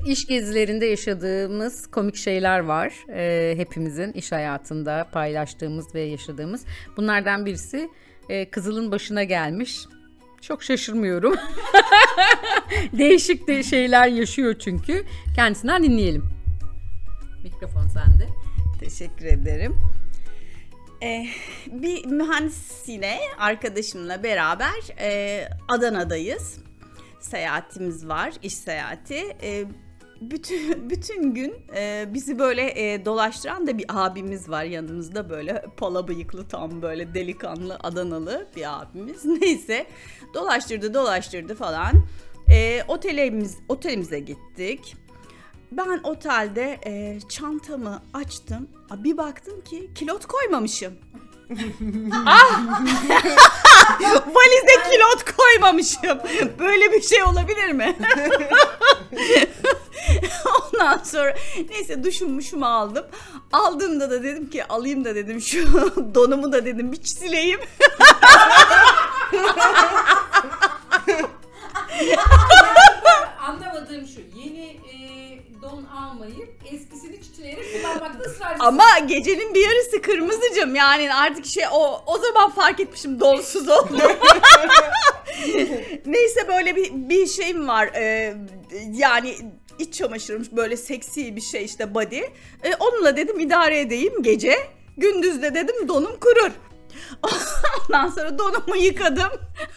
İş gezilerinde yaşadığımız komik şeyler var. Hepimizin iş hayatında paylaştığımız ve yaşadığımız. Bunlardan birisi Kızıl'ın başına gelmiş. Çok şaşırmıyorum. Değişik de şeyler yaşıyor çünkü. Kendisinden dinleyelim. Mikrofon sende. Teşekkür ederim. Bir mühendis yine arkadaşımla beraber Adana'dayız. Seyahatimiz var, iş seyahati. Bütün gün bizi böyle dolaştıran da bir abimiz var yanımızda, böyle pala bıyıklı, tam böyle delikanlı Adanalı bir abimiz. Neyse, dolaştırdı falan. Otelimize gittik. Ben otelde çantamı açtım. Bir baktım ki kilot koymamışım. Valize kilot koymamışım. Böyle bir şey olabilir mi? Ondan sonra neyse duşumu aldım. Aldığımda da dedim ki alayım da dedim şu donumu da dedim bir sileyim. Anlamadığım şu, yeni don almayıp eskisini çitileyerek kullanmakta ısrarcısın. Ama gecenin bir yarısı kırmızıcım, yani artık o zaman fark etmişim donsuz oldum. Neyse, böyle bir şeyim var, yani iç çamaşırım böyle seksi bir şey, işte body. Onunla dedim idare edeyim gece. Gündüz de dedim donum kurur. Ondan sonra donumu yıkadım.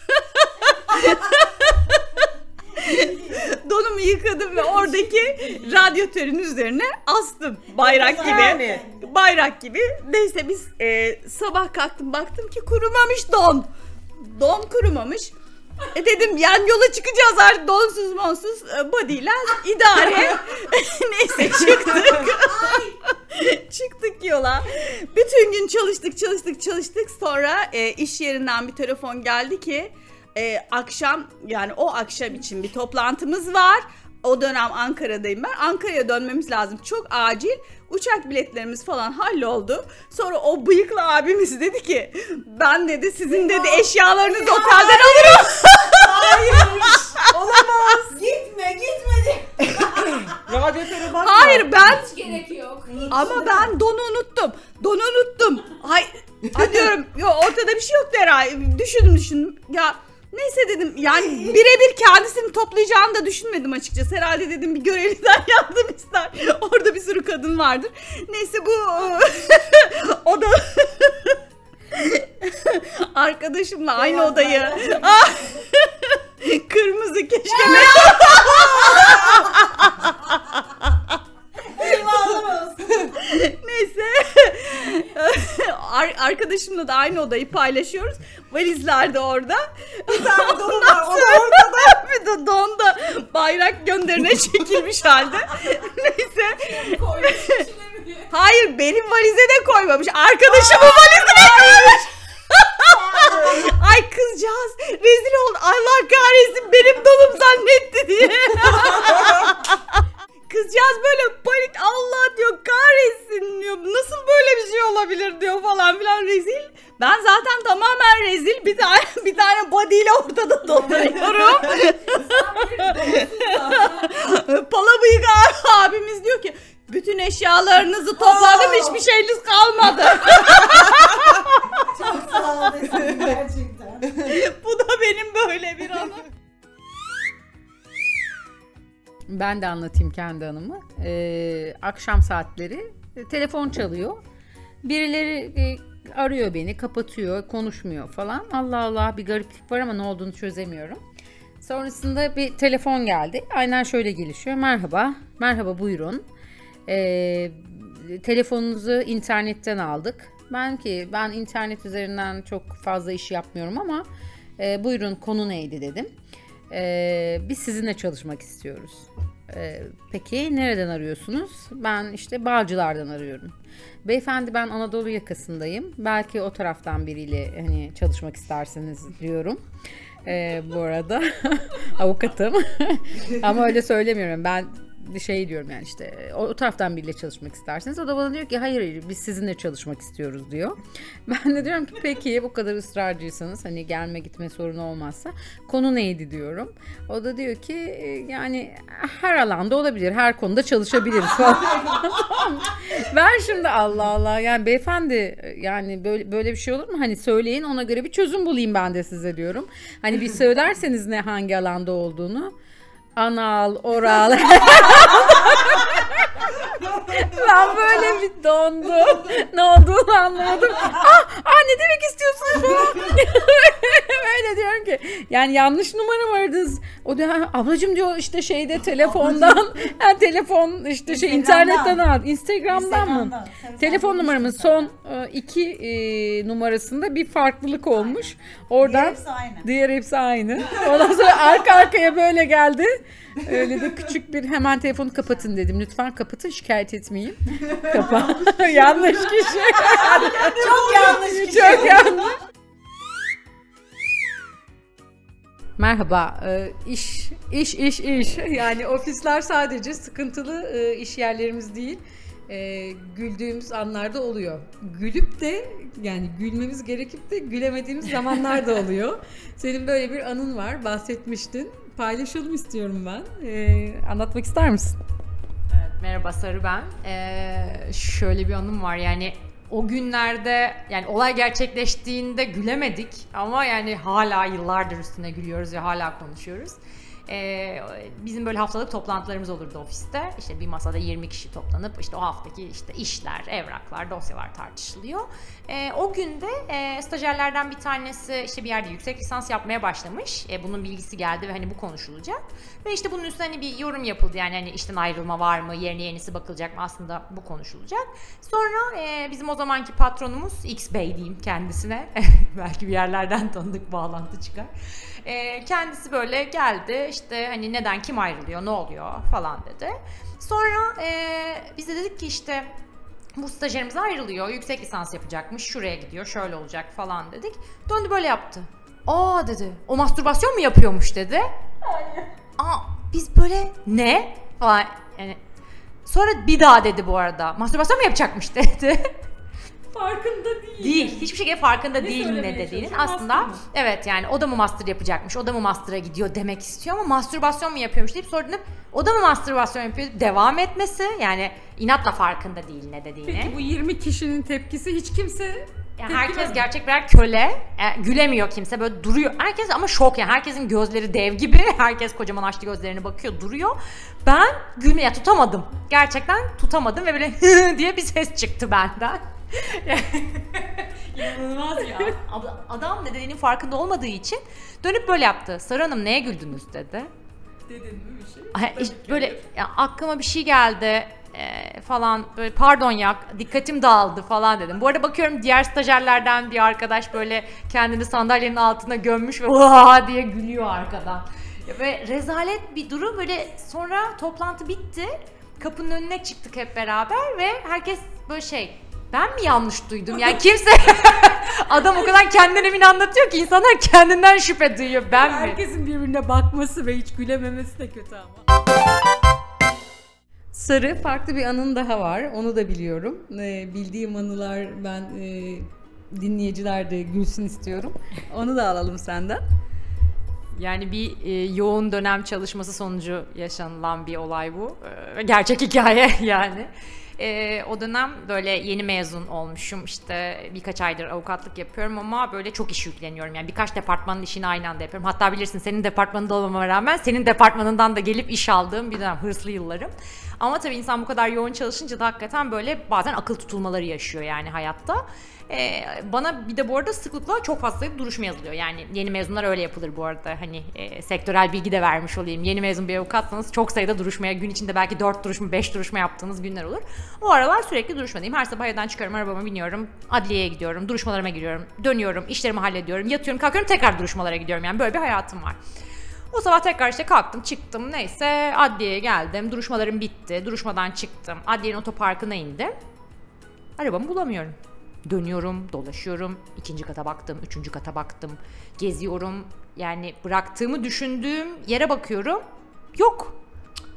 Donumu yıkadım ve oradaki radyatörün üzerine astım. Bayrak gibi. Yani. Bayrak gibi. Neyse biz sabah kalktım, baktım ki kurumamış don. Don kurumamış. Dedim yani yola çıkacağız artık, donsuz monsuz body'yle idare. Neyse çıktık. Çıktık yola. Bütün gün çalıştık. Sonra iş yerinden bir telefon geldi ki akşam, yani o akşam için bir toplantımız var. O dönem Ankara'dayım ben. Ankara'ya dönmemiz lazım. Çok acil. Uçak biletlerimiz falan halloldu. Sonra o bıyıklı abimiz dedi ki ben dedi sizin dedi eşyalarınızı otelden alırım. Hayır. Olamaz. Gitme. Radyatöre bakma. Hayır, ben Hiç gerek yok. ama ben donu unuttum. Hay diyorum, yo ortada bir şey yoktu herhalde. Düşündüm. Ya neyse dedim, yani birebir kendisini toplayacağını da düşünmedim açıkçası. Herhalde dedim bir görevliden yardım ister. Orada bir sürü kadın vardır. Neyse bu o da arkadaşımla aynı odayı. Kırmızı keşke. Neyse. Arkadaşımla da aynı odayı paylaşıyoruz. Valizler de orada. Bir tane donu var. O da ortada. Bir de don da bayrak gönderine çekilmiş halde. Neyse. Hayır, benim valize de koymamış. Arkadaşımın valizine koymuş. Ay kızcağız rezil oldu. Allah kahretsin, benim donum zannetti diye. Kızcağız böyle panik, Allah diyor, kahretsin diyor. Nasıl böyle bir şey olabilir diyor falan filan, rezil. Ben zaten tamamen rezil. Bir tane body ile ortada dolanıyorum. Pala bıyık abimiz diyor ki bütün eşyalarınızı topladım, hiçbir şeyiniz kalmadı. Çok sağ ol desin gerçekten. Bu da benim böyle bir anım. Ben de anlatayım kendi anımı. Akşam saatleri telefon çalıyor. Birileri arıyor beni, kapatıyor, konuşmuyor falan. Allah Allah, bir gariplik var ama ne olduğunu çözemiyorum. Sonrasında bir telefon geldi. Aynen şöyle gelişiyor. Merhaba buyurun. Telefonunuzu internetten aldık. Ben internet üzerinden çok fazla iş yapmıyorum ama buyurun, konu neydi dedim. Biz sizinle çalışmak istiyoruz. Peki nereden arıyorsunuz? Ben işte Bağcılar'dan arıyorum. Beyefendi, ben Anadolu yakasındayım. Belki o taraftan biriyle hani çalışmak isterseniz diyorum. Bu arada avukatım. Ama öyle söylemiyorum. Ben şey diyorum yani işte o taraftan biriyle çalışmak isterseniz. O da bana diyor ki hayır biz sizinle çalışmak istiyoruz diyor. Ben de diyorum ki peki bu kadar ısrarcıysanız hani gelme gitme sorunu olmazsa konu neydi diyorum. O da diyor ki yani her alanda olabilir, her konuda çalışabiliriz falan. Ben şimdi Allah Allah yani beyefendi yani böyle bir şey olur mu? Hani söyleyin ona göre bir çözüm bulayım ben de size diyorum. Hani bir söylerseniz ne hangi alanda olduğunu. Anal, oral. Ben böyle bir dondum. Ne olduğunu anlamadım. Ne demek istiyorsun şu an? Böyle diyorum ki yani yanlış numara mı aradınız? O da ablacığım diyor işte şeyde telefondan telefon işte şey internetten al. Instagram'dan mı? Telefon numaramın son 2 numarasında bir farklılık olmuş. Oradan diğer hepsi aynı. Ondan sonra arka arkaya böyle geldi. Öyle de küçük bir hemen telefonu kapatın dedim. Lütfen kapatın şikayet etmeyin. Kapa. Yanlış kişi. Çok yanlış bir şey. Çok yanlış. Merhaba. İş. Yani ofisler sadece sıkıntılı iş yerlerimiz değil. Güldüğümüz anlarda oluyor. Gülüp de yani gülmemiz gerekip de gülemediğimiz zamanlar da oluyor. Senin böyle bir anın var, bahsetmiştin. Paylaşalım istiyorum ben. Anlatmak ister misin? Evet, merhaba Sarı ben. Şöyle bir anım var yani o günlerde yani olay gerçekleştiğinde gülemedik ama yani hala yıllardır üstüne gülüyoruz ve hala konuşuyoruz. Bizim böyle haftalık toplantılarımız olurdu ofiste. İşte bir masada 20 kişi toplanıp işte o haftaki işte işler, evraklar, dosyalar tartışılıyor. O günde stajyerlerden bir tanesi işte bir yerde yüksek lisans yapmaya başlamış. Bunun bilgisi geldi ve hani bu konuşulacak. Ve işte bunun üstüne hani bir yorum yapıldı. Yani hani işten ayrılma var mı, yerine yenisi bakılacak mı, aslında bu konuşulacak. Sonra bizim o zamanki patronumuz X Bey diyeyim kendisine. Belki bir yerlerden tanıdık bağlantı çıkar. Kendisi böyle geldi işte hani neden kim ayrılıyor ne oluyor falan dedi. Sonra biz de dedik ki işte bu stajyerimiz ayrılıyor, yüksek lisans yapacakmış, şuraya gidiyor, şöyle olacak falan dedik. Döndü böyle yaptı. Aa dedi, o mastürbasyon mu yapıyormuş dedi. Hayır. Biz böyle ne falan yani. Sonra bir daha dedi bu arada, mastürbasyon mu yapacakmış dedi. Farkında değil. Değil. Hiçbir şekilde farkında değil ne söylemeye dediğinin. çalışıyor? Aslında Master mı? evet yani o da mı master yapacakmış, o da mı master'a gidiyor demek istiyor ama mastürbasyon mu yapıyormuş deyip sonra dönüp o da mı mastürbasyon yapıyor devam etmesi yani inatla farkında değil ne dediğini. Peki bu 20 kişinin tepkisi hiç kimse Yani herkes gerçek birer köle. Gülemiyor kimse, böyle duruyor. Herkes ama şok yani. Herkesin gözleri dev gibi. Herkes kocaman açtı gözlerini bakıyor, duruyor. Ben gülmeye tutamadım. Gerçekten tutamadım ve böyle diye bir ses çıktı benden. İnanılmaz ya. Adam ne dediğinin farkında olmadığı için dönüp böyle yaptı. Sarı Hanım neye güldünüz dedi. dedin mi bir şey? Böyle ya, aklıma bir şey geldi falan böyle pardon ya dikkatim dağıldı falan dedim. Bu arada bakıyorum diğer stajyerlerden bir arkadaş böyle kendini sandalyenin altına gömmüş ve vaa diye gülüyor arkadan. Ve rezalet bir durum böyle. Sonra toplantı bitti. Kapının önüne çıktık hep beraber ve herkes böyle şey, ben mi yanlış duydum? Yani kimse adam o kadar kendinden emin anlatıyor ki insanlar kendinden şüphe duyuyor. Ben mi? Herkesin birbirine bakması ve hiç gülememesi de kötü ama. Sarı farklı bir anın daha var. Onu da biliyorum. Bildiğim anılar ben dinleyiciler de gülsün istiyorum. Onu da alalım senden. Yani bir yoğun dönem çalışması sonucu yaşanılan bir olay bu. Gerçek hikaye yani. O dönem böyle yeni mezun olmuşum, işte birkaç aydır avukatlık yapıyorum ama böyle çok iş yükleniyorum. Yani birkaç departmanın işini aynı anda yapıyorum. Hatta bilirsin senin departmanında olmama rağmen senin departmanından da gelip iş aldığım bir dönem, hırslı yıllarım. Ama tabii insan bu kadar yoğun çalışınca da hakikaten böyle bazen akıl tutulmaları yaşıyor yani hayatta. Bana bir de bu arada sıklıkla çok fazla sayıda duruşma yazılıyor. Yani yeni mezunlar öyle yapılır bu arada. Hani sektörel bilgi de vermiş olayım. Yeni mezun bir avukatsanız çok sayıda duruşmaya, gün içinde belki 4 duruşma, 5 duruşma yaptığınız günler olur. O aralar sürekli duruşmadayım. Her sabah evden çıkıyorum, arabama biniyorum, adliyeye gidiyorum, duruşmalarıma giriyorum, dönüyorum, işlerimi hallediyorum, yatıyorum, kalkıyorum, tekrar duruşmalara gidiyorum. Yani böyle bir hayatım var. O sabah tekrar işte kalktım, çıktım, neyse adliyeye geldim, duruşmalarım bitti, duruşmadan çıktım, adliyenin otoparkına indim. Arabamı bulamıyorum. Dönüyorum, dolaşıyorum, 2. kata baktım, 3. kata baktım, geziyorum. Yani bıraktığımı düşündüğüm yere bakıyorum, yok.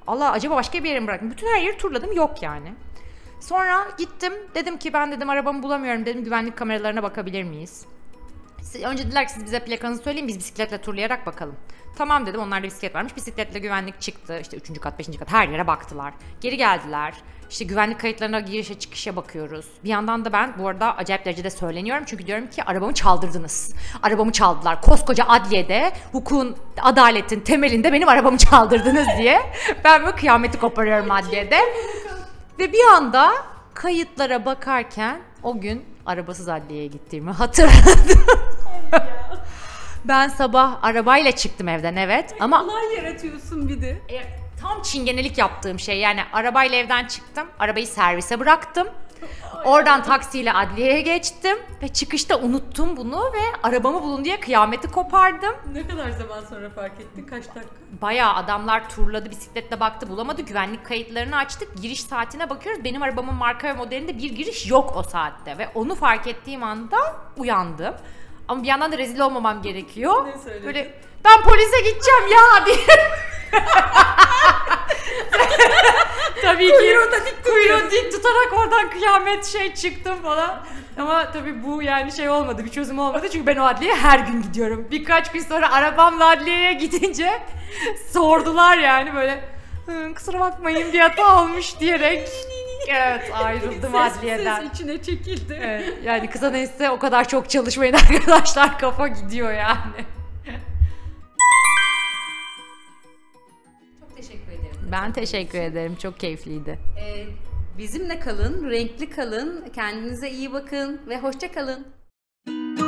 Allah acaba başka bir yere mi bıraktım? Bütün her yeri turladım, yok yani. Sonra gittim, dedim ki ben dedim arabamı bulamıyorum, dedim güvenlik kameralarına bakabilir miyiz? Önce dediler ki siz bize plakanızı söyleyin, biz bisikletle turlayarak bakalım. Tamam dedim, onlarda bisiklet varmış. Bisikletle güvenlik çıktı. İşte 3. kat, 5. kat her yere baktılar. Geri geldiler. İşte güvenlik kayıtlarına girişe çıkışa bakıyoruz. Bir yandan da ben bu arada acayip derecede söyleniyorum. Çünkü diyorum ki arabamı çaldırdınız. Arabamı çaldılar. Koskoca adliyede, hukukun, adaletin temelinde benim arabamı çaldırdınız diye. Ben böyle kıyameti koparıyorum adliyede. Ve bir anda kayıtlara bakarken o gün arabasız adliyeye gittiğimi hatırladım. Ben sabah arabayla çıktım evden, evet, ama Olay yaratıyorsun bir de. tam çingenelik yaptığım şey, yani arabayla evden çıktım, arabayı servise bıraktım, oradan taksiyle adliyeye geçtim ve çıkışta unuttum bunu ve arabamı bulun diye kıyameti kopardım. Ne kadar zaman sonra fark ettin? Kaç dakika? Bayağı adamlar turladı, bisikletle baktı, bulamadı, güvenlik kayıtlarını açtık, giriş saatine bakıyoruz, benim arabamın marka ve modelinde bir giriş yok o saatte ve onu fark ettiğim anda uyandım. Ama bir yandan da rezil olmamam gerekiyor. Ne söyledin? Böyle ben polise gideceğim ya diye. Tabii ki kuyruğu dik tutarak oradan kıyamet çıktım falan. Ama tabii bu yani olmadı, bir çözüm olmadı çünkü ben o adliyeye her gün gidiyorum. Birkaç gün sonra arabamla adliyeye gidince sordular yani böyle kusura bakmayın bir hata olmuş diyerek. Evet, ayrıldım adliyeden. Ses içine çekildi. Evet, yani kısa neyse o kadar çok çalışmayın arkadaşlar, kafa gidiyor yani. Çok teşekkür ederim. Ben teşekkür ederim, çok keyifliydi. Bizimle kalın, renkli kalın, kendinize iyi bakın ve hoşça kalın.